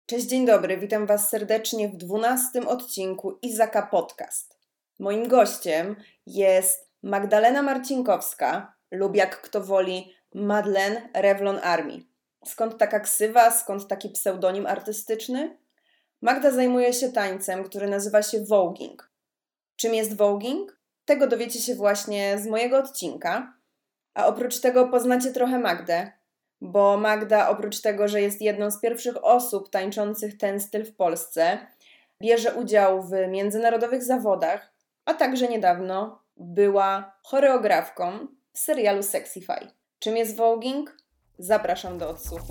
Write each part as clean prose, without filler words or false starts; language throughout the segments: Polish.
Cześć, dzień dobry, witam Was serdecznie w 12 odcinku Izaka Podcast. Moim gościem jest Magdalena Marcinkowska lub jak kto woli Madeleine Revlon Army. Skąd taka ksywa, skąd taki pseudonim artystyczny? Magda zajmuje się tańcem, który nazywa się voguing. Czym jest voguing? Tego dowiecie się właśnie z mojego odcinka. A oprócz tego poznacie trochę Magdę, bo Magda oprócz tego, że jest jedną z pierwszych osób tańczących ten styl w Polsce, bierze udział w międzynarodowych zawodach, a także niedawno była choreografką w serialu Sexify. Czym jest voguing? Zapraszam do odsłuchu.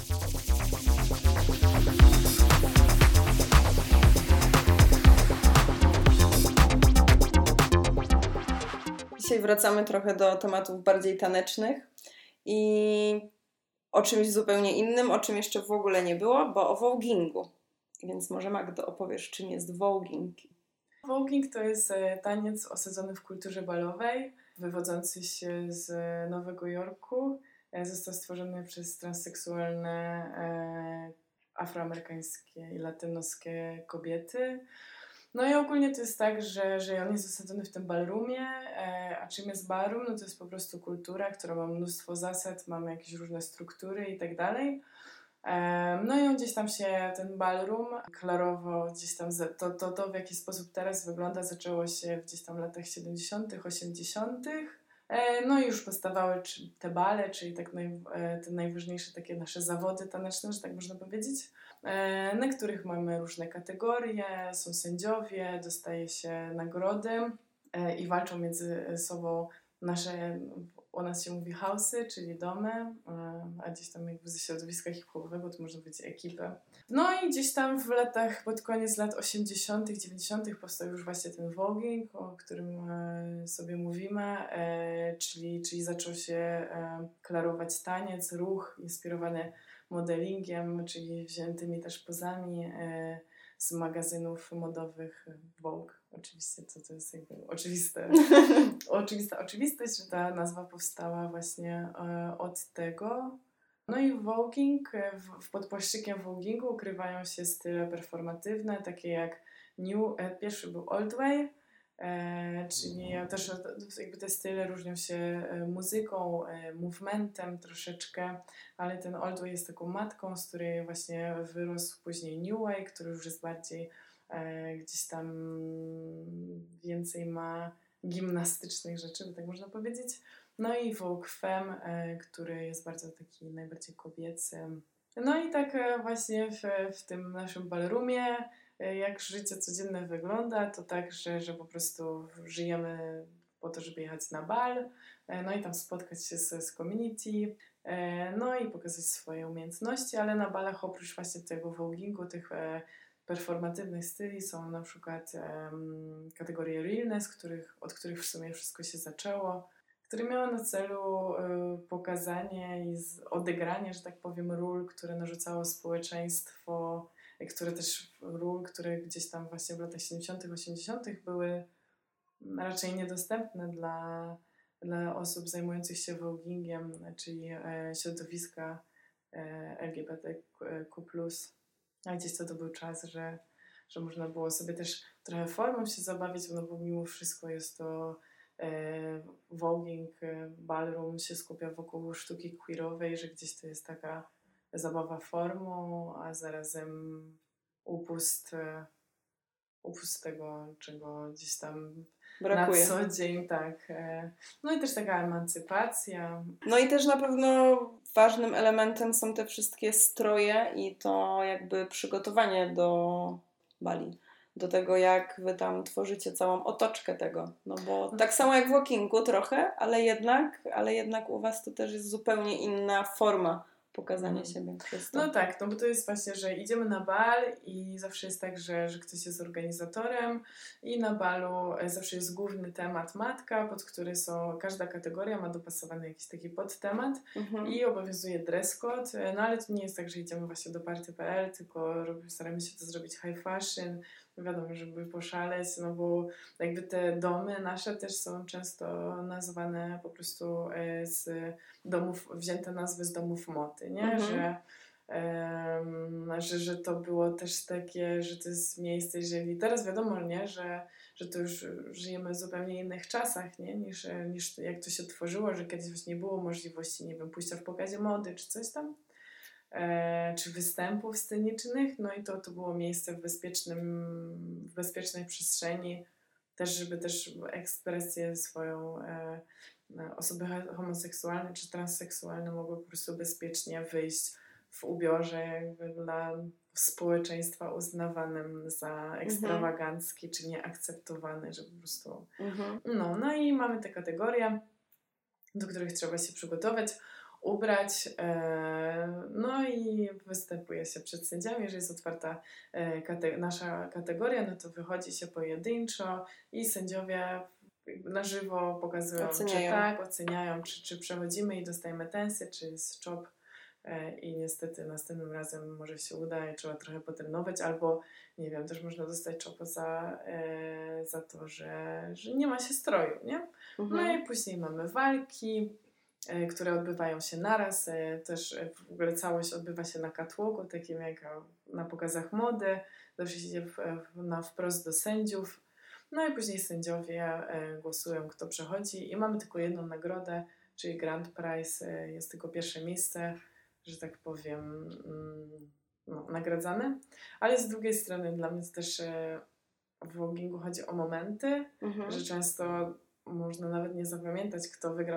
Dzisiaj wracamy trochę do tematów bardziej tanecznych i o czymś zupełnie innym, o czym jeszcze w ogóle nie było, bo o voguingu. Więc może Magdo opowiesz, czym jest voguing. Voguing to jest taniec osadzony w kulturze balowej, wywodzący się z Nowego Jorku. Został stworzony przez transseksualne afroamerykańskie i latynoskie kobiety. No i ogólnie to jest tak, że on jest osadzony w tym ballroomie, a czym jest ballroom? No to jest po prostu kultura, która ma mnóstwo zasad, mamy jakieś różne struktury i tak dalej. No i on gdzieś tam się, ten ballroom klarowo gdzieś tam, to w jaki sposób teraz wygląda, zaczęło się gdzieś tam w latach 70., 80. No i już powstawały te bale, czyli tak te najważniejsze takie nasze zawody taneczne, że tak można powiedzieć, na których mamy różne kategorie, są sędziowie, dostaje się nagrody i walczą między sobą nasze, u nas się mówi house'y, czyli domy, a gdzieś tam jakby ze środowiska hip-hopowego to można powiedzieć ekipy. No i gdzieś tam w latach, pod koniec lat 80., 90. powstał już właśnie ten voguing, o którym sobie mówimy, czyli zaczął się klarować taniec, ruch inspirowany modelingiem, czyli wziętymi też pozami z magazynów modowych Vogue. Oczywiście to jest jakby oczywistość, że ta nazwa powstała właśnie od tego. No i voguing, w podpłaszczykiem voguingu ukrywają się style performatywne, takie jak pierwszy był Old Way, czyli też jakby te style różnią się muzyką, movementem troszeczkę, ale ten Old Way jest taką matką, z której właśnie wyrósł później New Way, który już jest bardziej gdzieś tam więcej ma gimnastycznych rzeczy, tak można powiedzieć. No i Vogue Femme, który jest bardzo taki najbardziej kobiecy. No i tak właśnie w tym naszym ballroomie, jak życie codzienne wygląda, to tak, że po prostu żyjemy po to, żeby jechać na bal, no i tam spotkać się z community, no i pokazać swoje umiejętności, ale na balach oprócz właśnie tego voguingu, tych performatywnych styli są na przykład kategorie realness, od których w sumie wszystko się zaczęło, które miało na celu pokazanie i odegranie, że tak powiem, ról, które narzucało społeczeństwo, które gdzieś tam właśnie w latach 70., 80. były raczej niedostępne dla osób zajmujących się voguingiem, czyli środowiska LGBTQ+. A gdzieś to był czas, że można było sobie też trochę formą się zabawić, no bo mimo wszystko jest to voguing, ballroom się skupia wokół sztuki queerowej, że gdzieś to jest taka zabawa formą, a zarazem upust tego, czego gdzieś tam brakuje na co dzień, tak. No i też taka emancypacja. No i też na pewno ważnym elementem są te wszystkie stroje i to jakby przygotowanie do bali. Do tego, jak wy tam tworzycie całą otoczkę tego. No bo tak samo jak w walkingu trochę, ale jednak u was to też jest zupełnie inna forma pokazania siebie przez to. No tak, no bo to jest właśnie, że idziemy na bal i zawsze jest tak, że ktoś jest organizatorem i na balu zawsze jest główny temat matka, pod który każda kategoria ma dopasowany jakiś taki podtemat i obowiązuje dress code, no ale to nie jest tak, że idziemy właśnie do party.pl, tylko staramy się to zrobić high fashion, wiadomo, żeby poszaleć, no bo jakby te domy nasze też są często nazwane po prostu z domów, wzięte nazwy z domów mody, nie? Że że to było też takie, że to jest miejsce, jeżeli teraz wiadomo, nie, że to już żyjemy w zupełnie innych czasach, nie, niż jak to się tworzyło, że kiedyś właśnie nie było możliwości, nie wiem, pójścia w pokazie mody czy coś tam, czy występów scenicznych, no i to było miejsce w bezpiecznej przestrzeni, też żeby też ekspresję swoją osoby homoseksualne czy transseksualne mogły po prostu bezpiecznie wyjść w ubiorze jakby dla społeczeństwa uznawanym za ekstrawagancki czy nieakceptowany, że po prostu no i mamy te kategorie, do których trzeba się przygotować, ubrać, no i występuje się przed sędziami. Jeżeli jest otwarta nasza kategoria, no to wychodzi się pojedynczo i sędziowie na żywo pokazują, oceniają, czy przechodzimy i dostajemy tensy, czy jest chop. I niestety następnym razem może się uda i trzeba trochę potrenować, albo nie wiem, też można dostać czopo za to, że nie ma się stroju, nie? No i później mamy walki, które odbywają się naraz, też w ogóle całość odbywa się na catwalku, takim jak na pokazach mody, zawsze się idzie wprost do sędziów, no i później sędziowie głosują, kto przechodzi i mamy tylko jedną nagrodę, czyli Grand Prize, jest tylko pierwsze miejsce, że tak powiem, nagradzane, ale z drugiej strony dla mnie też w vlogingu chodzi o momenty, że często można nawet nie zapamiętać, kto wygrał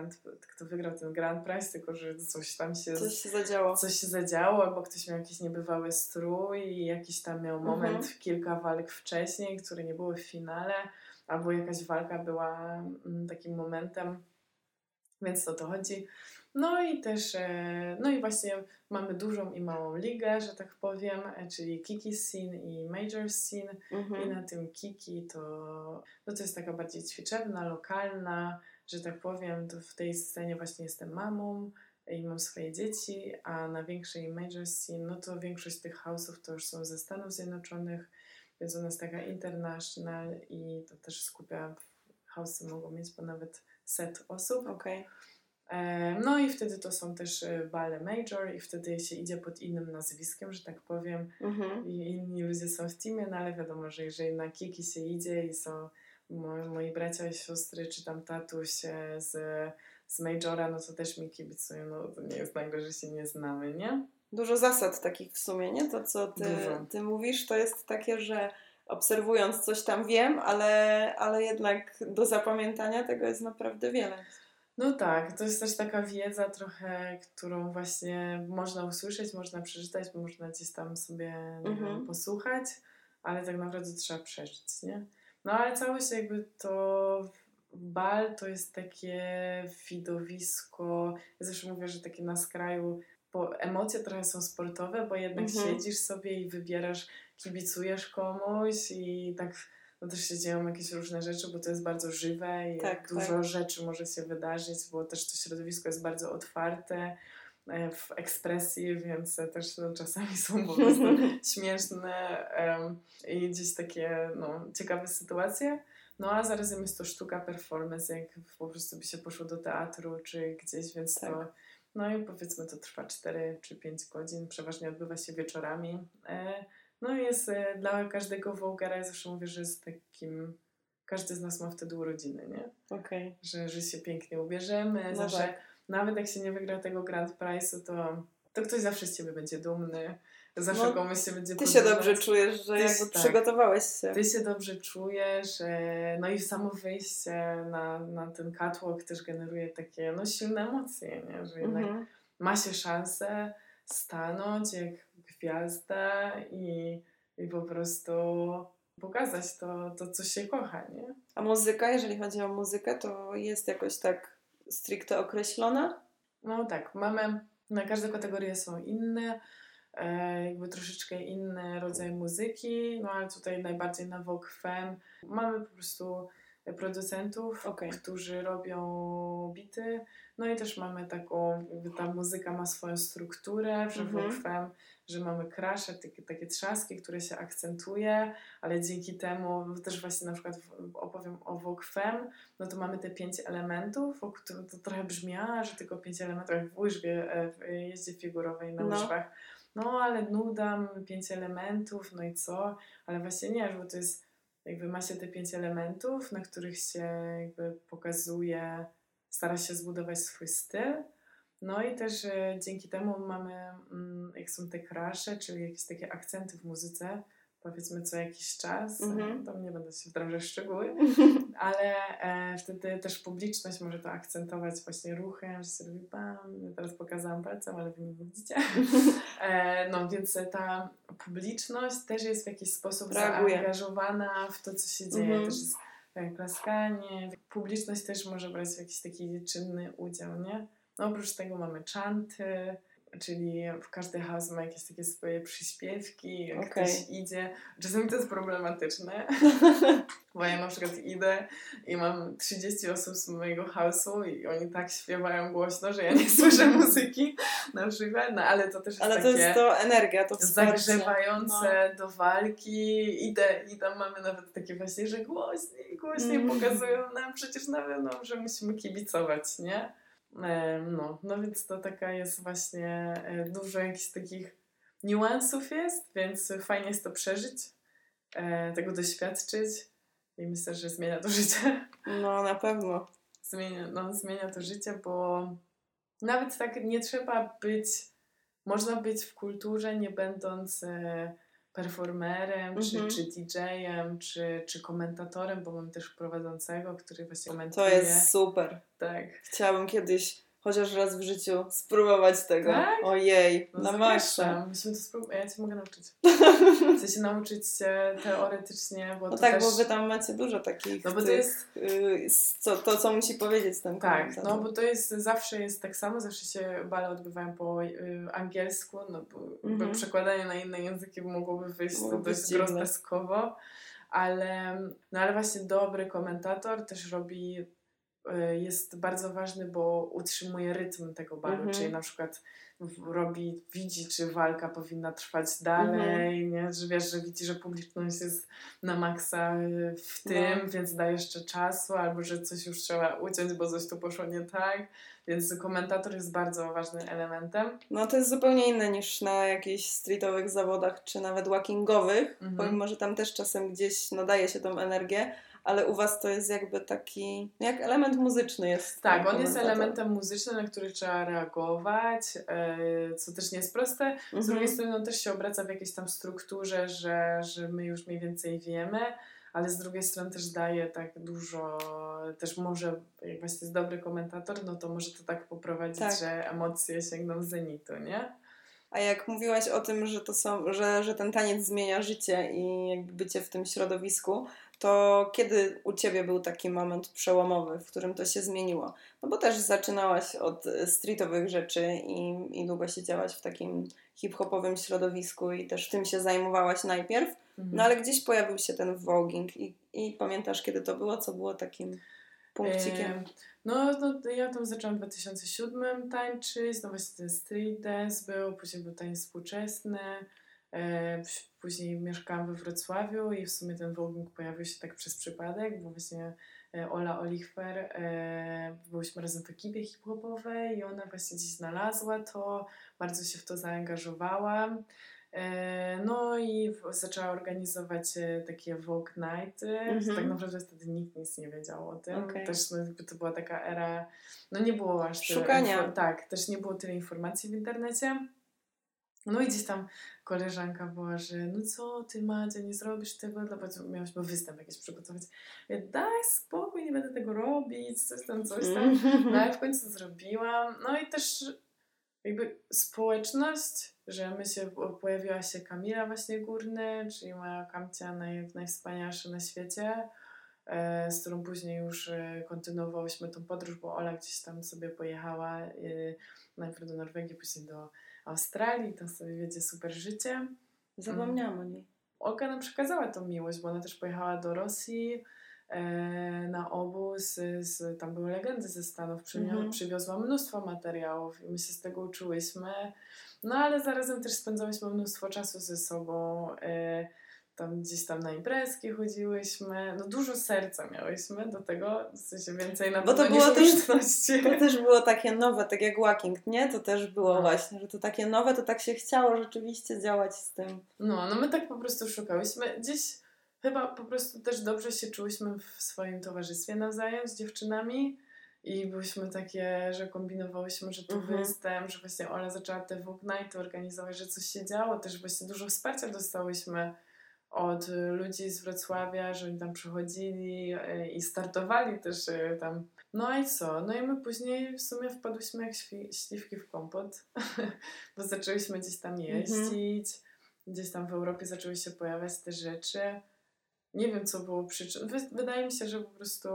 ten Grand Prize, tylko że coś się zadziało, albo ktoś miał jakiś niebywały strój i jakiś tam miał moment, kilka walk wcześniej, które nie były w finale, albo jakaś walka była takim momentem, więc o to chodzi. No i też, no i właśnie mamy dużą i małą ligę, że tak powiem, czyli Kiki Scene i Major Scene. I na tym Kiki to jest taka bardziej ćwiczebna, lokalna, że tak powiem, to w tej scenie właśnie jestem mamą i mam swoje dzieci, a na większej Major Scene, no to większość tych house'ów to już są ze Stanów Zjednoczonych, więc ona jest taka international i to też skupia, house'y mogą mieć po nawet 100 osób. No i wtedy to są też bale major i wtedy się idzie pod innym nazwiskiem, że tak powiem, i inni ludzie są w teamie, no ale wiadomo, że jeżeli na Kiki się idzie i są moi bracia i siostry, czy tam tatuś z majora, no to też mi kibicują, no to nie jest nagle, że się nie znamy, nie? Dużo zasad takich w sumie, nie? To, co ty mówisz, to jest takie, że obserwując coś tam wiem, ale jednak do zapamiętania tego jest naprawdę wiele. No tak, to jest też taka wiedza trochę, którą właśnie można usłyszeć, można przeczytać, można gdzieś tam sobie posłuchać, ale tak naprawdę trzeba przeżyć, nie? No ale całość jakby to bal to jest takie widowisko, ja zawsze mówię, że takie na skraju, bo emocje trochę są sportowe, bo jednak siedzisz sobie i wybierasz, kibicujesz komuś i tak no też się dzieją jakieś różne rzeczy, bo to jest bardzo żywe i dużo rzeczy może się wydarzyć, bo też to środowisko jest bardzo otwarte w ekspresji, więc też no, czasami są po prostu śmieszne i gdzieś takie no, ciekawe sytuacje. No a zarazem jest to sztuka, performance, jak po prostu by się poszło do teatru czy gdzieś, więc to no i powiedzmy to trwa 4 czy 5 godzin, przeważnie odbywa się wieczorami. No i jest dla każdego vlogera, ja zawsze mówię, że jest takim, każdy z nas ma wtedy urodziny, nie? Że się pięknie ubierzemy, no zawsze, nawet jak się nie wygra tego Grand Prize'u, to ktoś zawsze z ciebie będzie dumny, zawsze komuś się będzie podobać. Ty się dobrze czujesz, że jakby przygotowałeś się. Ty się dobrze czujesz, no i samo wyjście na ten catwalk też generuje takie no silne emocje, nie? Że jednak ma się szansę stanąć jak gwiazda i po prostu pokazać to, co się kocha, nie? A muzyka, jeżeli chodzi o muzykę, to jest jakoś tak stricte określona? No tak, mamy, na każde kategorie są inne, jakby troszeczkę inny rodzaj muzyki, no ale tutaj najbardziej na Vogue Femme mamy po prostu producentów, którzy robią bity. No i też mamy taką, jakby ta muzyka ma swoją strukturę, że Vogue Femme, że mamy crashe, takie trzaski, które się akcentuje, ale dzięki temu też właśnie na przykład opowiem o Vogue Femme, no to mamy te 5 elementów, to trochę brzmi, że tylko 5 elementów, jak w łyżwie, w jeździe figurowej na łyżwach. No ale nuda, 5 elementów, no i co? Ale właśnie nie, bo to jest, jakby ma się te 5 elementów, na których się jakby pokazuje, stara się zbudować swój styl. No i też dzięki temu mamy, jak są te crashe, czyli jakieś takie akcenty w muzyce, powiedzmy co jakiś czas, tam nie będę się wdrażać w szczegóły, ale wtedy też publiczność może to akcentować właśnie ruchem, że się robi bam, ja teraz pokazałam palcem, ale wy nie widzicie. No więc ta publiczność też jest w jakiś sposób zaangażowana w to, co się dzieje. Też jest klaskanie. Publiczność też może brać w jakiś taki czynny udział, nie? No oprócz tego mamy chanty, czyli w każdy house ma jakieś takie swoje przyśpiewki, jak ktoś idzie. Czasami to jest problematyczne, bo ja na przykład idę i mam 30 osób z mojego house'u i oni tak śpiewają głośno, że ja nie słyszę muzyki na przykład, no ale to też jest ale takie to jest to energia, to wsparcie. Zagrzewające do walki. Idę i tam mamy nawet takie właśnie, że głośniej pokazują nam przecież nawet, że musimy kibicować, nie? No więc to taka jest właśnie dużo jakichś takich niuansów jest, więc fajnie jest to przeżyć, tego doświadczyć i myślę, że zmienia to życie. No na pewno. Zmienia to życie, bo nawet tak nie trzeba być, można być w kulturze nie będąc performerem, czy DJ-em, czy komentatorem, bo mam też prowadzącego, który właśnie komentuje. To jest super. Tak. Chciałabym kiedyś chociaż raz w życiu spróbować tego. Tak? Ojej, na maksa. Musimy to spróbować. Ja Cię mogę nauczyć. Chcę się nauczyć teoretycznie, bo no to tak, też... bo Wy tam macie dużo takich no bo to jest... co musi powiedzieć ten komentator. Tak, no bo to jest, zawsze jest tak samo, zawsze się bale odbywają po angielsku, no bo przekładanie na inne języki mogłoby wyjść dość groteskowo, ale właśnie dobry komentator też jest bardzo ważny, bo utrzymuje rytm tego balu, czyli na przykład widzi, czy walka powinna trwać dalej, nie? Że wiesz, że widzi, że publiczność jest na maksa w tym, więc da jeszcze czasu, albo że coś już trzeba uciąć, bo coś tu poszło nie tak, więc komentator jest bardzo ważnym elementem. No to jest zupełnie inne niż na jakichś streetowych zawodach, czy nawet walkingowych, pomimo, że tam też czasem gdzieś nadaje się tą energię, ale u Was to jest jakby taki, jak element muzyczny jest. Tak, on jest elementem muzycznym, na który trzeba reagować, co też nie jest proste. Z drugiej strony on też się obraca w jakiejś tam strukturze, że my już mniej więcej wiemy, ale z drugiej strony też daje tak dużo, też może, jak właśnie jest dobry komentator, no to może to tak poprowadzić, że emocje sięgną zenitu, nie? A jak mówiłaś o tym, że ten taniec zmienia życie i jakby bycie w tym środowisku, to kiedy u Ciebie był taki moment przełomowy, w którym to się zmieniło? No bo też zaczynałaś od streetowych rzeczy i długo siedziałaś w takim hip-hopowym środowisku i też tym się zajmowałaś najpierw, no ale gdzieś pojawił się ten voguing i pamiętasz, kiedy to było? Co było takim punkcikiem? No ja tam zaczęłam w 2007 tańczyć, no właśnie ten street dance był, później był tańc współczesny, później mieszkałam we Wrocławiu i w sumie ten voguing pojawił się tak przez przypadek, bo właśnie Ola Olichwer, byłyśmy razem w ekipie hip-hopowej i ona właśnie gdzieś znalazła to, bardzo się w to zaangażowała. No i zaczęła organizować takie Vogue Nighty. Tak naprawdę wtedy nikt nic nie wiedział o tym. Też to była taka era, nie było aż szukania. Tak, też nie było tyle informacji w internecie. No i gdzieś tam koleżanka była, że no co ty Madzia, nie zrobisz tego, miałyśmy występ jakiś przygotować. Ja, daj spokój, nie będę tego robić, coś tam. No ale w końcu zrobiłam. No i też jakby społeczność, że pojawiła się Kamila właśnie Górny, czyli moja Kamcia najwspanialsza na świecie, z którą później już kontynuowałyśmy tą podróż, bo Ola gdzieś tam sobie pojechała najpierw do Norwegii, później do Australii, tam sobie wiedzie super życie. Zapomniałam o niej. Olga nam przekazała tą miłość, bo ona też pojechała do Rosji na obóz, tam były legendy ze Stanów, przywiozła mnóstwo materiałów i my się z tego uczyłyśmy, no ale zarazem też spędzałyśmy mnóstwo czasu ze sobą, tam gdzieś tam na imprezki chodziłyśmy, no dużo serca miałyśmy do tego, w sensie więcej na pewno niż umiejętności. To też było takie nowe, tak jak walking, nie? To też było właśnie, że to takie nowe, to tak się chciało rzeczywiście działać z tym. No my tak po prostu szukałyśmy, gdzieś chyba po prostu też dobrze się czułyśmy w swoim towarzystwie nawzajem z dziewczynami i byłyśmy takie, że kombinowałyśmy, że tu występ, że właśnie Ola zaczęła te Vogue Nighty organizować, że coś się działo, też właśnie dużo wsparcia dostałyśmy od ludzi z Wrocławia, że oni tam przychodzili i startowali też tam. No i co? No i my później w sumie wpadłyśmy jak śliwki w kompot, bo zaczęłyśmy gdzieś tam jeździć, gdzieś tam w Europie zaczęły się pojawiać te rzeczy. Nie wiem, co było przyczyną. Wydaje mi się, że po prostu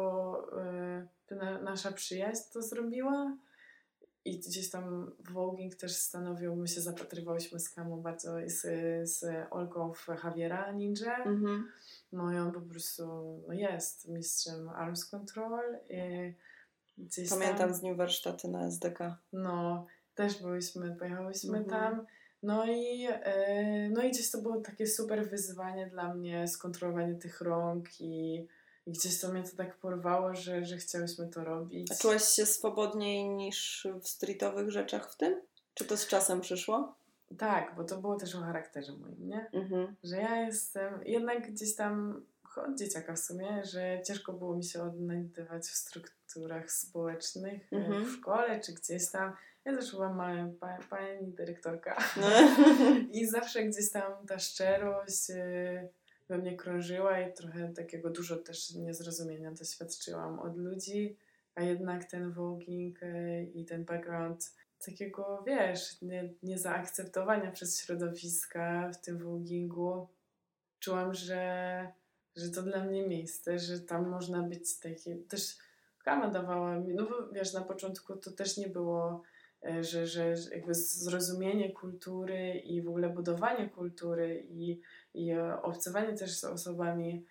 nasza przyjaźń to zrobiła. I gdzieś tam vlogging też stanowił, my się zapatrywałyśmy z Kamą bardzo z Olką w Javiera Ninja. No i on po prostu jest mistrzem Arms Control. Pamiętam z nim warsztaty na SDK. No, też pojechałyśmy tam. No i gdzieś to było takie super wyzwanie dla mnie, skontrolowanie tych rąk i gdzieś to mnie to tak porwało, że chciałyśmy to robić. A czułaś się swobodniej niż w streetowych rzeczach w tym? Czy to z czasem przyszło? Tak, bo to było też o charakterze moim, nie? Że ja jestem jednak gdzieś tam od dzieciaka w sumie, że ciężko było mi się odnajdywać w strukturach społecznych w szkole czy gdzieś tam. Ja też byłam pani dyrektorka i zawsze gdzieś tam ta szczerość we mnie krążyła i trochę takiego dużo też niezrozumienia doświadczyłam od ludzi, a jednak ten vlogging i ten background takiego, wiesz, niezaakceptowania przez środowiska w tym vloggingu. Czułam, że to dla mnie miejsce, że tam można być taki, też Kama dawała mi, no bo wiesz, na początku to też nie było, że jakby zrozumienie kultury i w ogóle budowanie kultury i obcowanie też z osobami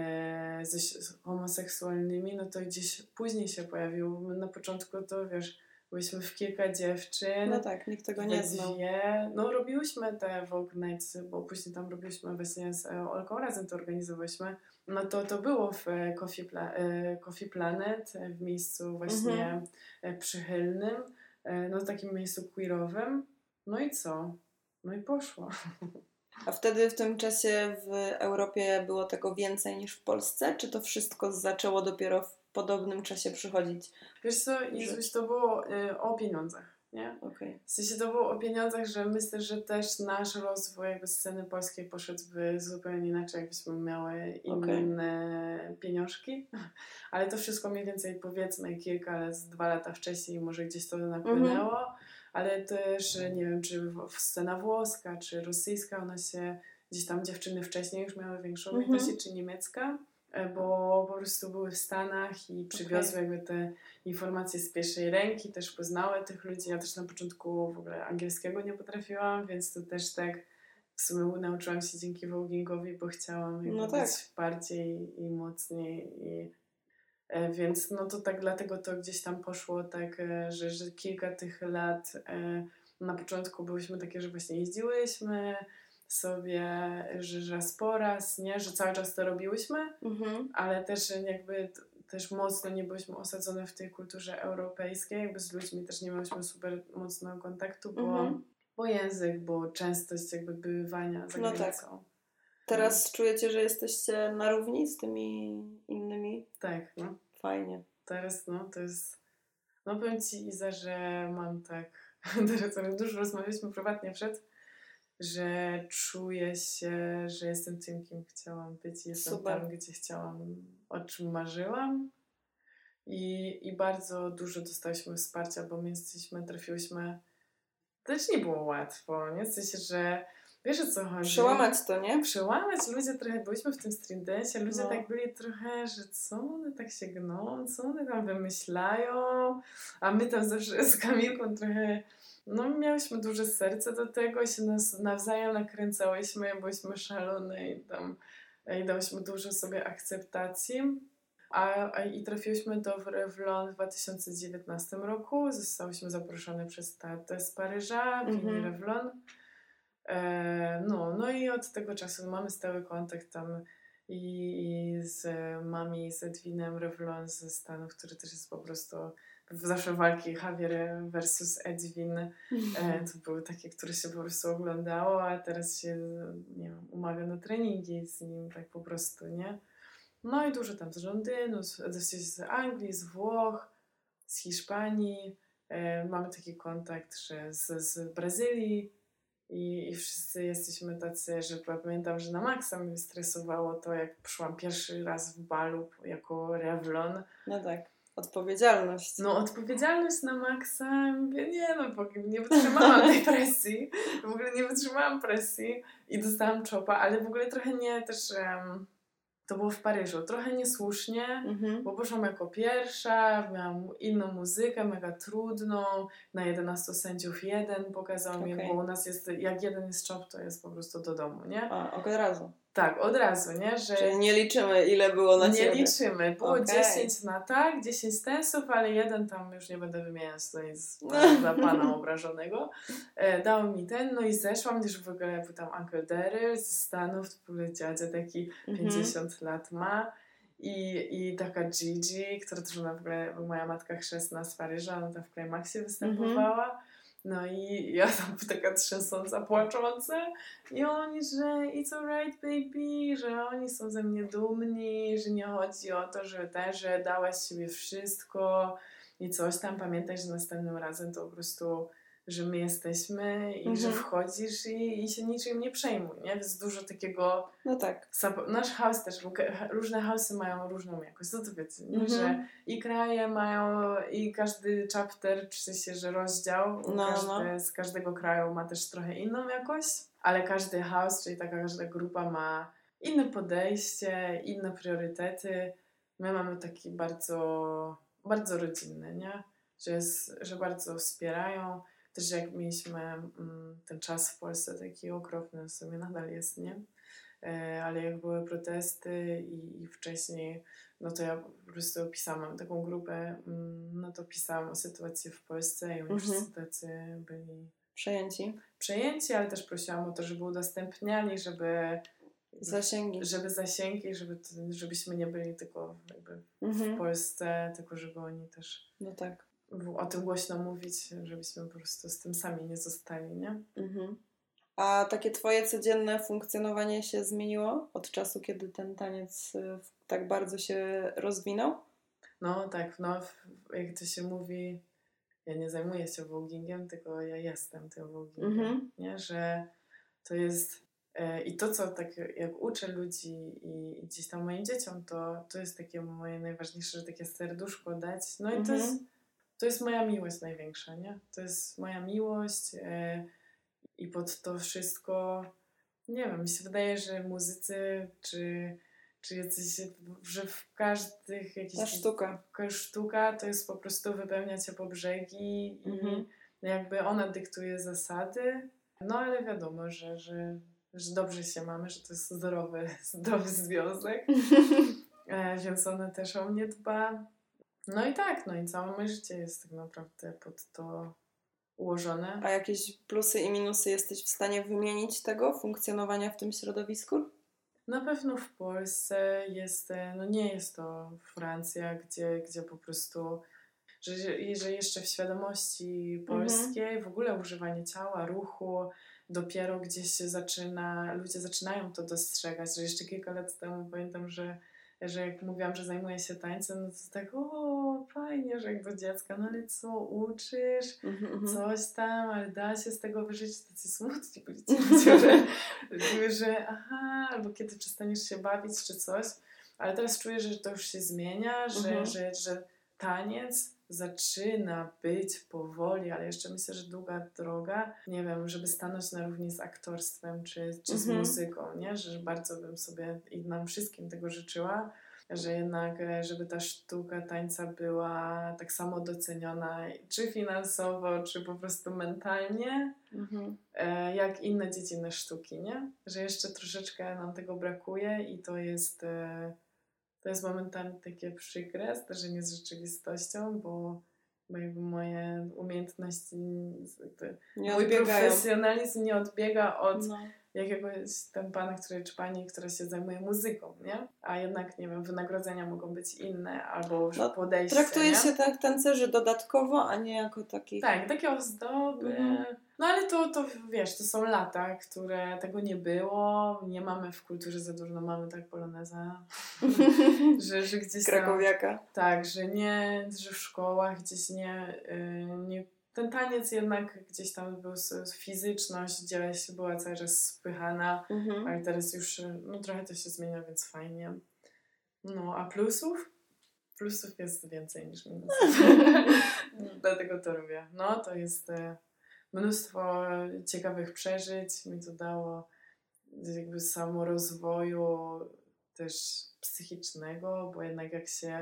homoseksualnymi, no to gdzieś później się pojawiło. Na początku to wiesz, byliśmy w kilka dziewczyn. No tak, nikt tego nie znał. No robiłyśmy te Vogue Nights, bo później tam robiliśmy właśnie z Olką razem to organizowałyśmy. No to było w Coffee Planet, w miejscu właśnie przychylnym, no takim miejscu queerowym. No i co? No i poszło. A wtedy w tym czasie w Europie było tego więcej niż w Polsce? Czy to wszystko zaczęło dopiero w podobnym czasie przychodzić? Wiesz co, Jezuś, to było o pieniądzach, nie? Okay. W sensie to było o pieniądzach, że myślę, że też nasz rozwój jakby sceny polskiej poszedłby zupełnie inaczej, jakbyśmy miały inne pieniążki. Ale to wszystko mniej więcej powiedzmy kilka, 2 lata wcześniej może gdzieś to napłynęło. Ale też nie wiem, czy scena włoska, czy rosyjska, ona się gdzieś tam dziewczyny wcześniej już miały większą umiejętność, czy niemiecka, bo po prostu były w Stanach i przywiozły jakby te informacje z pierwszej ręki, też poznały tych ludzi. Ja też na początku w ogóle angielskiego nie potrafiłam, więc to też tak w sumie nauczyłam się dzięki vloggingowi, bo chciałam być bardziej i mocniej więc no to tak dlatego to gdzieś tam poszło tak, że kilka tych lat na początku byłyśmy takie, że właśnie jeździłyśmy sobie, że raz po raz, nie, że cały czas to robiłyśmy, ale też jakby też mocno nie byłyśmy osadzone w tej kulturze europejskiej, jakby z ludźmi też nie miałyśmy super mocno kontaktu, bo język, bo częstość jakby bywania za granicą. Tak. Teraz czujecie, że jesteście na równi z tymi innymi? Tak, no. Fajnie. Teraz to jest... No powiem Ci, Iza, że mam tak... Teraz dużo rozmawialiśmy prywatnie że czuję się, że jestem tym, kim chciałam być. Jestem tam, gdzie chciałam, o czym marzyłam. I bardzo dużo dostałyśmy wsparcia, bo my trafiłyśmy... To też nie było łatwo, nie? W sensie, że wiesz, o co chodzi? Przełamać to, nie? Przełamać. Ludzie trochę, byliśmy w tym stream dance, ludzie tak byli trochę, że co one tak się gną, co one tam wymyślają, a my tam zawsze z Kamilką trochę, miałyśmy duże serce do tego i się nas nawzajem nakręcałyśmy, byliśmy szalone i dałyśmy dużo sobie akceptacji. I trafiłyśmy do Revlon w 2019 roku. Zostałyśmy zaproszone przez tatę z Paryża, Winnie Revlon. No i od tego czasu mamy stały kontakt tam i z Mami, i z Edwinem Revlon ze Stanów, który też jest po prostu zawsze walki Javier versus Edwin. To były takie, które się po prostu oglądało, a teraz się, nie wiem, umawia na treningi z nim tak po prostu, nie? No i dużo tam z Londynu, z Anglii, z Włoch, z Hiszpanii. Mamy taki kontakt, że z Brazylii i wszyscy jesteśmy tacy, że pamiętam, że na maksa mnie stresowało to, jak przyszłam pierwszy raz w balu jako Revlon. No tak, odpowiedzialność. No odpowiedzialność na maksa. Mówię, nie wytrzymałam tej presji. W ogóle nie wytrzymałam presji i dostałam czopa, ale w ogóle trochę nie też... To było w Paryżu. Trochę niesłusznie, bo poszłam jako pierwsza, miałam inną muzykę, mega trudną. Na 11 sędziów jeden pokazał mi, bo u nas jest, jak jeden jest czop, to jest po prostu do domu, nie? Od razu. Tak, od razu, nie? Czyli nie liczymy, ile było na ciebie. Nie liczymy. Było 10 na tak, 10 tensów, ale jeden tam już nie będę wymieniać, to jest dla pana obrażonego. Dał mi ten, no i zeszłam, gdyż w ogóle był tam Uncle Daryl ze Stanów, to w ogóle dziadzia taki 50 lat ma. I taka Gigi, która też ona w ogóle, moja matka chrzestna z Paryża, ona tam w Climaxie występowała. No i ja tam taka trzęsąca, płacząca i oni, że it's alright baby, że oni są ze mnie dumni, że nie chodzi o to, że dałaś siebie wszystko i coś tam, pamiętaj, że następnym razem to po prostu, że my jesteśmy i że wchodzisz i się niczym nie przejmuj, nie? Więc dużo takiego... No tak. Nasz house też, różne house'y mają różną jakość, to wiecie, nie? Że i kraje mają, i każdy chapter, w sensie, że rozdział z każdego kraju ma też trochę inną jakość, ale każdy house, czyli taka każda grupa ma inne podejście, inne priorytety. My mamy taki bardzo, bardzo rodzinny, nie? Że bardzo wspierają. Też jak mieliśmy ten czas w Polsce taki okropny, w sumie nadal jest, nie? Ale jak były protesty i wcześniej, no to ja po prostu opisałam taką grupę, no to pisałam o sytuacji w Polsce i oni wszyscy tacy byli przejęci, ale też prosiłam o to, żeby udostępniali, żeby zasięgi, żebyśmy nie byli tylko jakby w Polsce, tylko żeby oni też o tym głośno mówić, żebyśmy po prostu z tym sami nie zostali, nie? A takie twoje codzienne funkcjonowanie się zmieniło od czasu, kiedy ten taniec tak bardzo się rozwinął? No tak, no jak to się mówi, ja nie zajmuję się vogingiem, tylko ja jestem tym vogingiem, nie? Że to jest i to, co tak jak uczę ludzi i gdzieś tam moim dzieciom, to jest takie moje najważniejsze, że takie serduszko dać, no i to jest moja miłość największa, nie? To jest moja miłość i pod to wszystko, nie wiem, mi się wydaje, że muzycy czy jacyś, że w każdych jakichś... Sztuka to jest po prostu wypełnia cię po brzegi i jakby ona dyktuje zasady, no ale wiadomo, że dobrze się mamy, że to jest zdrowy związek, więc ona też o mnie dba. No i tak, no i całe moje życie jest tak naprawdę pod to ułożone. A jakieś plusy i minusy jesteś w stanie wymienić tego funkcjonowania w tym środowisku? Na pewno w Polsce jest, no nie jest to Francja, gdzie po prostu, że jeszcze w świadomości polskiej w ogóle używanie ciała, ruchu dopiero gdzieś się ludzie zaczynają to dostrzegać, że jeszcze kilka lat temu pamiętam, że jak mówiłam, że zajmuję się tańcem, no to tak, fajnie, że jak do dziecka, no ale co, uczysz, coś tam, ale da się z tego wyżyć, tacy smutni byliście, że aha, albo kiedy przestaniesz się bawić, czy coś, ale teraz czuję, że to już się zmienia, że taniec zaczyna być powoli, ale jeszcze myślę, że długa droga, nie wiem, żeby stanąć na równi z aktorstwem czy z muzyką, nie? Że bardzo bym sobie i nam wszystkim tego życzyła, że jednak, żeby ta sztuka tańca była tak samo doceniona, czy finansowo, czy po prostu mentalnie, jak inne dziedziny sztuki, nie? Że jeszcze troszeczkę nam tego brakuje i to jest To jest momentami takie przykre, zdarzenie z rzeczywistością, bo jakby moje umiejętności, jakby mój profesjonalizm nie odbiega od jakiegoś tam pana, czy pani, która się zajmuje muzyką, nie? A jednak, nie wiem, wynagrodzenia mogą być inne, albo już podejście, traktuje się tak tancerzy dodatkowo, a nie jako takich... Tak, takie ozdoby. No ale to wiesz, to są lata, które tego nie było. Nie mamy w kulturze za dużo, mamy tak poloneza, że gdzieś tam... Krakowiaka. Tak, że w szkołach gdzieś nie ten taniec jednak gdzieś tam był fizyczność, gdzieś była cały czas spychana, ale teraz już trochę to się zmienia, więc fajnie. No, a plusów? Plusów jest więcej niż minusów. Dlatego to lubię. No, to jest mnóstwo ciekawych przeżyć. Mi to dało jakby samorozwoju też psychicznego, bo jednak jak się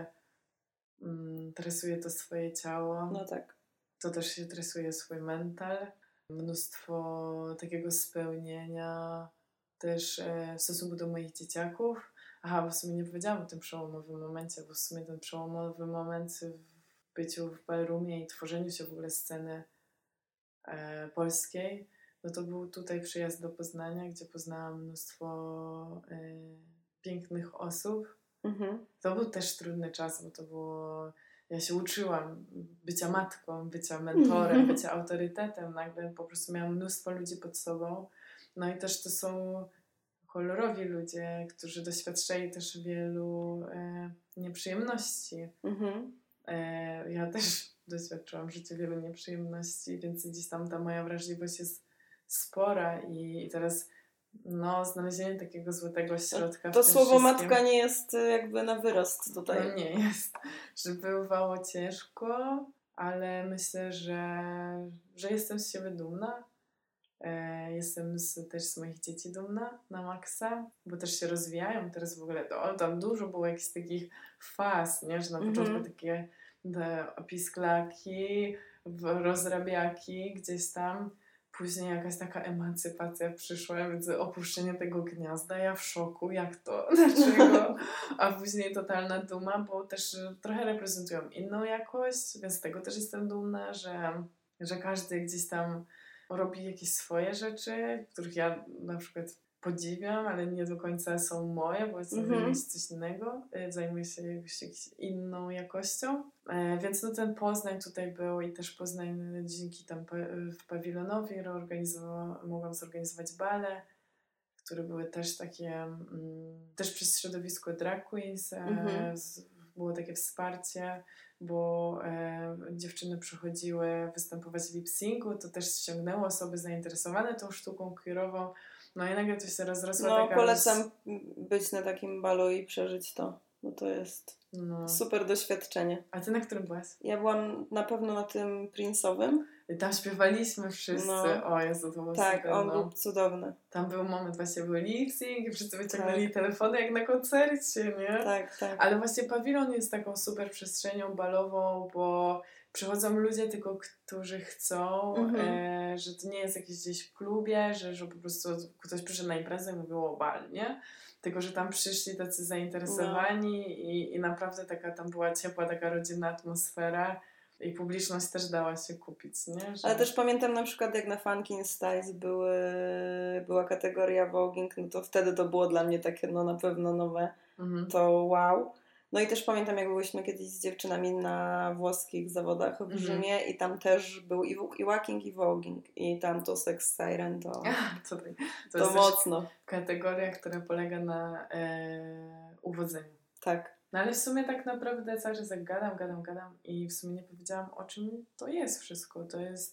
tresuje to swoje ciało, no tak, to też się tresuje swój mental. Mnóstwo takiego spełnienia też w stosunku do moich dzieciaków. Aha, bo w sumie nie powiedziałam o tym przełomowym momencie, bo w sumie ten przełomowy moment w byciu w ballroomie i tworzeniu się w ogóle sceny polskiej, no to był tutaj przyjazd do Poznania, gdzie poznałam mnóstwo pięknych osób. To był też trudny czas, bo to było... Ja się uczyłam bycia matką, bycia mentorem, bycia autorytetem. Nagle po prostu miałam mnóstwo ludzi pod sobą. No i też to są kolorowi ludzie, którzy doświadczyli też wielu nieprzyjemności. Ja też doświadczyłam w życiu wielu nieprzyjemności, więc gdzieś tam ta moja wrażliwość jest spora i teraz znalezienie takiego złotego środka to w tym słowo wszystkim, matka nie jest jakby na wyrost tutaj. No nie jest, że bywało ciężko, ale myślę, że jestem z siebie dumna. Jestem też z moich dzieci dumna na maksa, bo też się rozwijają. Teraz w ogóle tam dużo było jakichś takich faz, nie? Że na początku takie opisklaki, rozrabiaki gdzieś tam. Później jakaś taka emancypacja przyszła, więc opuszczenie tego gniazda. Ja w szoku, jak to? Dlaczego? A później totalna duma, bo też trochę reprezentują inną jakość, więc z tego też jestem dumna, że każdy gdzieś tam robi jakieś swoje rzeczy, których ja na przykład podziwiam, ale nie do końca są moje, bo zajmuję się coś innego, zajmuję się jakąś inną jakością. Więc ten Poznań tutaj był i też Poznań dzięki tam w pawilonowi mogłam zorganizować bale, które były też takie, też przez środowisko drag queens, było takie wsparcie, bo dziewczyny przychodziły występować w lip-syncu, to też ściągnęło osoby zainteresowane tą sztuką queerową. No i nagle to się rozrosła taka... polecam być na takim balu i przeżyć to, bo to jest super doświadczenie. A ty na którym byłaś? Ja byłam na pewno na tym Prince'owym. I tam śpiewaliśmy wszyscy. O Jezu, to było tak, super. on był cudowny. Tam był moment, właśnie był lip-sync i wszyscy wyciągnęli telefony jak na koncercie, nie? Tak. Ale właśnie pawilon jest taką super przestrzenią balową, bo przychodzą ludzie tylko, którzy chcą, że to nie jest jakieś gdzieś w klubie, że po prostu ktoś przyszedł na imprezę i mówił o bal, nie? Tylko, że tam przyszli tacy zainteresowani i naprawdę taka tam była ciepła, taka rodzinna atmosfera. I publiczność też dała się kupić, nie? Ale też pamiętam na przykład jak na Funkin Styles była kategoria voguing, no to wtedy to było dla mnie takie na pewno nowe, to wow. No i też pamiętam jak byłyśmy kiedyś z dziewczynami na włoskich zawodach w Rzymie i tam też był i walking i voguing i tam to Sex Siren to jest mocno. Kategoria, która polega na uwodzeniu. Tak. No ale w sumie tak naprawdę cały czas jak gadam i w sumie nie powiedziałam o czym to jest wszystko. To jest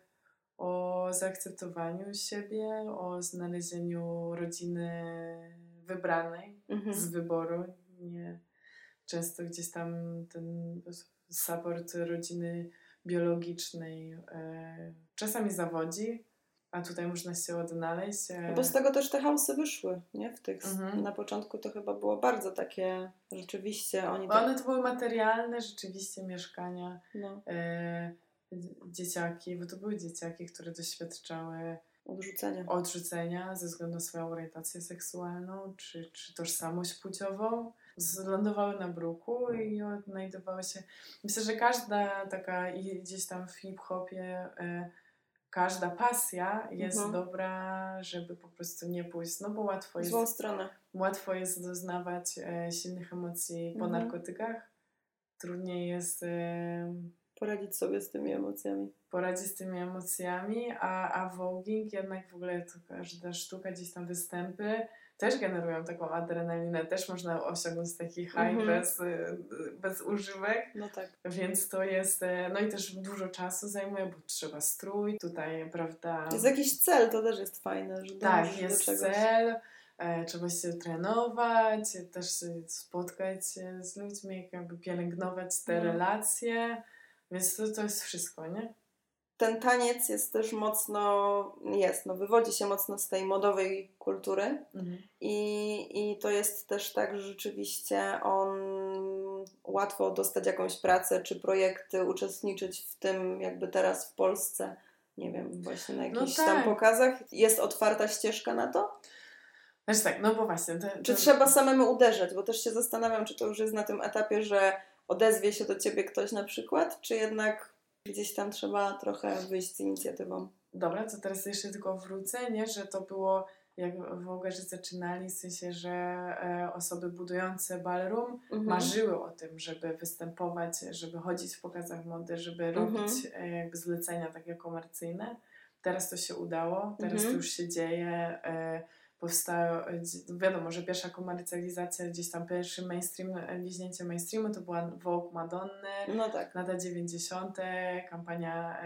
o zaakceptowaniu siebie, o znalezieniu rodziny wybranej z wyboru. Nie, często gdzieś tam ten support rodziny biologicznej czasami zawodzi, a tutaj można się odnaleźć. No bo z tego też te house'y wyszły, nie? W tych na początku to chyba było bardzo takie rzeczywiście One to były materialne rzeczywiście mieszkania. Dzieciaki, bo to były dzieciaki, które doświadczały odrzucenia ze względu na swoją orientację seksualną czy tożsamość płciową, lądowały na bruku i odnajdowały się. Myślę, że każda taka i gdzieś tam w hip-hopie każda pasja jest dobra, żeby po prostu nie pójść, no bo łatwo jest doznawać silnych emocji po narkotykach. Trudniej jest poradzić sobie z tymi emocjami. A voguing jednak w ogóle to każda sztuka, gdzieś tam występy też generują taką adrenalinę, też można osiągnąć taki high bez używek. No tak. Więc to jest, no i też dużo czasu zajmuje, bo trzeba strój, tutaj, prawda. Jest jakiś cel, to też jest fajne, że tak, jest cel, trzeba się trenować, też spotkać się z ludźmi, jakby pielęgnować te relacje, więc to jest wszystko, nie? Ten taniec jest też wywodzi się mocno z tej modowej kultury i to jest też tak, że rzeczywiście łatwo dostać jakąś pracę czy projekty, uczestniczyć w tym jakby teraz w Polsce, nie wiem, właśnie na jakichś tam pokazach. Jest otwarta ścieżka na to? Znaczy tak, no bo właśnie. Czy trzeba samemu uderzać? Bo też się zastanawiam, czy to już jest na tym etapie, że odezwie się do ciebie ktoś na przykład, czy jednak gdzieś tam trzeba trochę wyjść z inicjatywą. Dobra, to teraz jeszcze tylko wrócę, nie? Że to było, jak Wołgarzy zaczynali, w sensie, że osoby budujące ballroom marzyły o tym, żeby występować, żeby chodzić w pokazach mody, żeby robić jakby zlecenia takie komercyjne. Teraz to się udało, teraz to już się dzieje. Powstało, wiadomo, że pierwsza komercjalizacja, gdzieś tam pierwszy liźnięcie mainstreamu to była Vogue Madonny, lata 90., kampania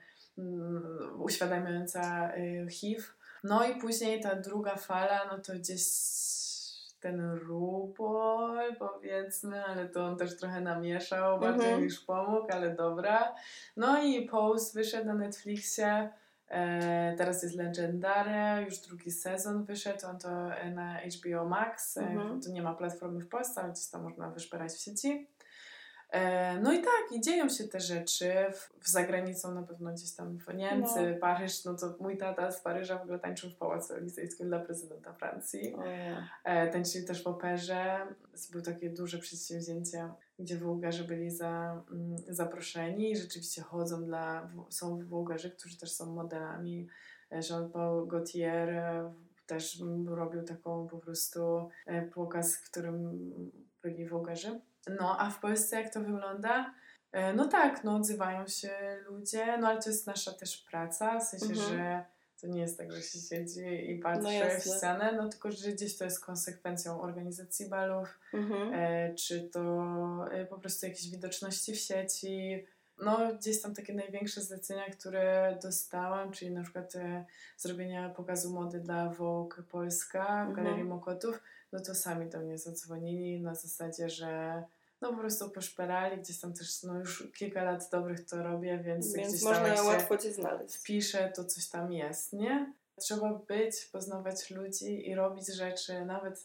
uświadamiająca HIV. No i później ta druga fala, no to gdzieś ten RuPaul, powiedzmy, ale to on też trochę namieszał bardziej niż pomógł, ale dobra. No i Pose wyszedł na Netflixie. Teraz jest Legendary, już drugi sezon wyszedł, on to na HBO Max, to nie ma platformy w Polsce, ale gdzieś tam można wyszperać w sieci. No i tak, i dzieją się te rzeczy w zagranicą, na pewno gdzieś tam w Niemcy, Paryż, no to mój tata z Paryża w ogóle tańczył w Pałacu Elizejskim dla prezydenta Francji. Tańczyli też w operze. Było takie duże przedsięwzięcie, gdzie Wołgarzy byli zaproszeni i rzeczywiście są Wołgarzy, którzy też są modelami. Jean-Paul Gaultier też robił taką po prostu pokaz, w którym byli Wołgarzy. No, a w Polsce jak to wygląda? No tak, no odzywają się ludzie, no ale to jest nasza też praca, w sensie, że to nie jest tak, że się siedzi i patrzy w ścianę, no tylko, że gdzieś to jest konsekwencją organizacji balów, czy to po prostu jakieś widoczności w sieci. No gdzieś tam takie największe zlecenia, które dostałam, czyli na przykład zrobienia pokazu mody dla Vogue Polska w Galerii Mokotów, no to sami do mnie zadzwonili na zasadzie, że no po prostu poszperali, gdzieś tam też no już kilka lat dobrych to robię, więc gdzieś tam można łatwo Cię znaleźć. Wpiszę, to coś tam jest, nie? Trzeba poznawać ludzi i robić rzeczy, nawet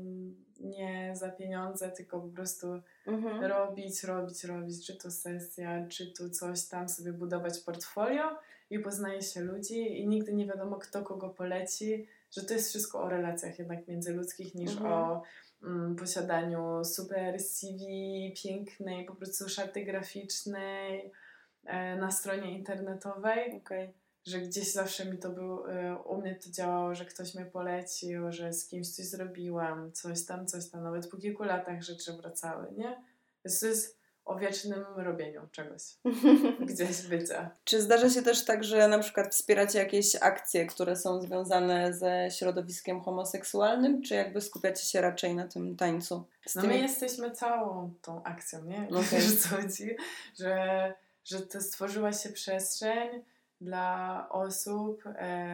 nie za pieniądze, tylko po prostu robić, czy to sesja, czy tu coś tam, sobie budować portfolio i poznaje się ludzi i nigdy nie wiadomo, kto kogo poleci, że to jest wszystko o relacjach jednak międzyludzkich niż o posiadaniu super CV, pięknej po prostu szaty graficznej na stronie internetowej. Że gdzieś zawsze mi to u mnie to działało, że ktoś mnie polecił, że z kimś coś zrobiłam, coś tam, nawet po kilku latach rzeczy wracały, nie? Więc to jest o wiecznym robieniu czegoś, gdzieś bycia. Czy zdarza się też tak, że na przykład wspieracie jakieś akcje, które są związane ze środowiskiem homoseksualnym, czy jakby skupiacie się raczej na tym tańcu? My jesteśmy całą tą akcją, nie? Wiesz co chodzi? Że to stworzyła się przestrzeń dla osób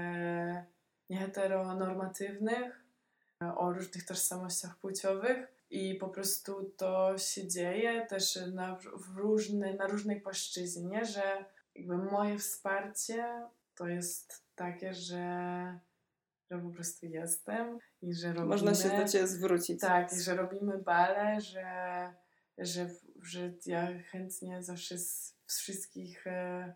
nieheteronormatywnych, o różnych tożsamościach płciowych i po prostu to się dzieje też na różnej płaszczyźnie, że jakby moje wsparcie to jest takie, że po prostu jestem i że robimy... Można się do Ciebie zwrócić. Tak, i że robimy bale, że ja chętnie zawsze z wszystkich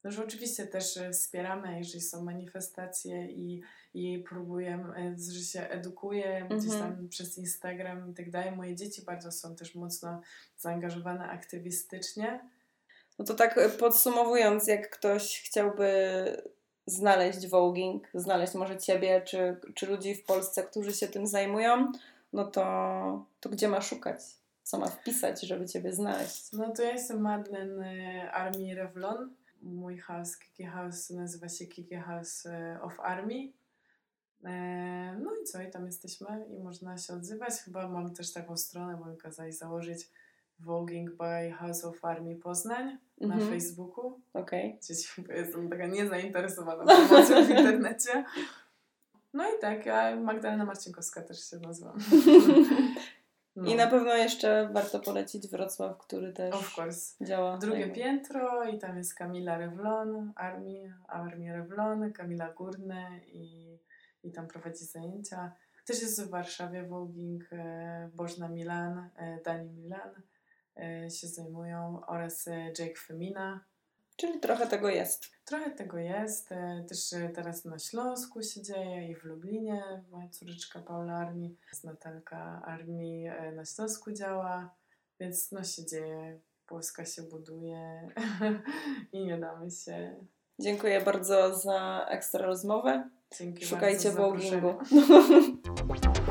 No, że oczywiście też wspieramy, jeżeli są manifestacje i próbuję, że się edukuję gdzieś tam przez Instagram i tak dalej. Moje dzieci bardzo są też mocno zaangażowane aktywistycznie. No to tak podsumowując, jak ktoś chciałby znaleźć voguing, znaleźć może Ciebie, czy ludzi w Polsce, którzy się tym zajmują, no to gdzie ma szukać? Co ma wpisać, żeby Ciebie znaleźć? No to ja jestem Madeleine Army Revlon. Mój house, Kiki House, nazywa się Kiki House of Army. No i co? I tam jesteśmy i można się odzywać. Chyba mam też taką stronę, bo mi kazali założyć Voguing by House of Army Poznań na Facebooku. Okej. Bo jestem taka niezainteresowana promocją w internecie. No i tak, ja Magdalena Marcinkowska też się nazywam. No. I na pewno jeszcze warto polecić Wrocław, który też działa. Drugie piętro i tam jest Kamila Revlon, Armii Revlon, Kamila Górny i tam prowadzi zajęcia. Też jest w Warszawie voguing, Bożna Milan, Dani Milan się zajmują oraz Jake Femina. Czyli trochę tego jest. Trochę tego jest. Też teraz na Śląsku się dzieje i w Lublinie. Moja córeczka Paula Armii, Natalka Armii na Śląsku działa. Więc no się dzieje. Polska się buduje i nie damy się. Dziękuję bardzo za ekstra rozmowę. Dzięki Szukajcie bardzo za voguingu.